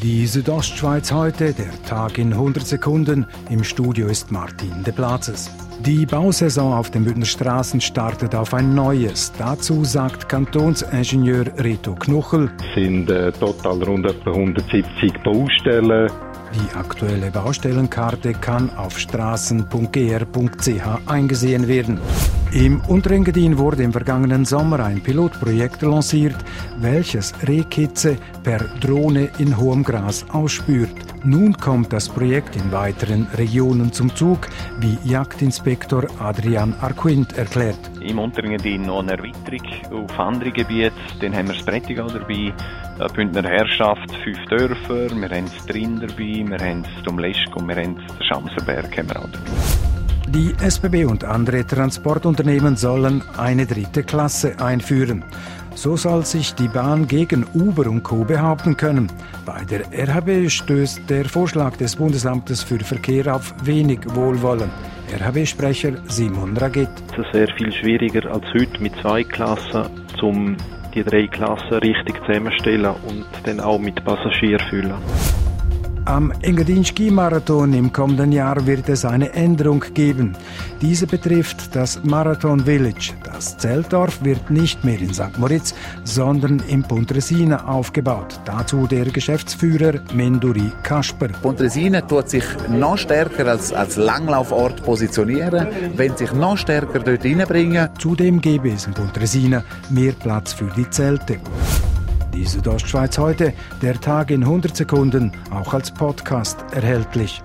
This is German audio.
Die Südostschweiz heute, der Tag in 100 Sekunden. Im Studio ist Martin de Plazes. Die Bausaison auf den Bündner Straßen startet auf ein neues. Dazu sagt Kantonsingenieur Reto Knuchel: Es sind total rund etwa 170 Baustellen. Die aktuelle Baustellenkarte kann auf strassen.gr.ch eingesehen werden. Im Unterengadin wurde im vergangenen Sommer ein Pilotprojekt lanciert, welches Rehkitze per Drohne in hohem Gras ausspürt. Nun kommt das Projekt in weiteren Regionen zum Zug, wie Jagdinspektor Adrian Arquint erklärt. Im Unterengadin noch eine Erweiterung auf andere Gebiete. Dann haben wir das Prättigau dabei, Bündner Herrschaft, 5 Dörfer, wir haben das Drin dabei, wir haben das Domleschg und wir haben den Schamserberg auch dabei. Die SBB und andere Transportunternehmen sollen eine 3. Klasse einführen. So soll sich die Bahn gegen Uber und Co. behaupten können. Bei der RHB stößt der Vorschlag des Bundesamtes für Verkehr auf wenig Wohlwollen. RHB-Sprecher Simon Raget. Es ist sehr viel schwieriger als heute mit 2 Klassen, um die 3 Klassen richtig zusammenzustellen und dann auch mit Passagieren füllen. Am Engadin Skimarathon im kommenden Jahr wird es eine Änderung geben. Diese betrifft das Marathon Village. Das Zeltdorf wird nicht mehr in St. Moritz, sondern in Pontresina aufgebaut. Dazu der Geschäftsführer Menduri Kasper. Pontresina tut sich noch stärker als Langlaufort positionieren, will sich noch stärker dort hineinbringen. Zudem gäbe es in Pontresina mehr Platz für die Zelte. Die Südostschweiz heute, der Tag in 100 Sekunden, auch als Podcast erhältlich.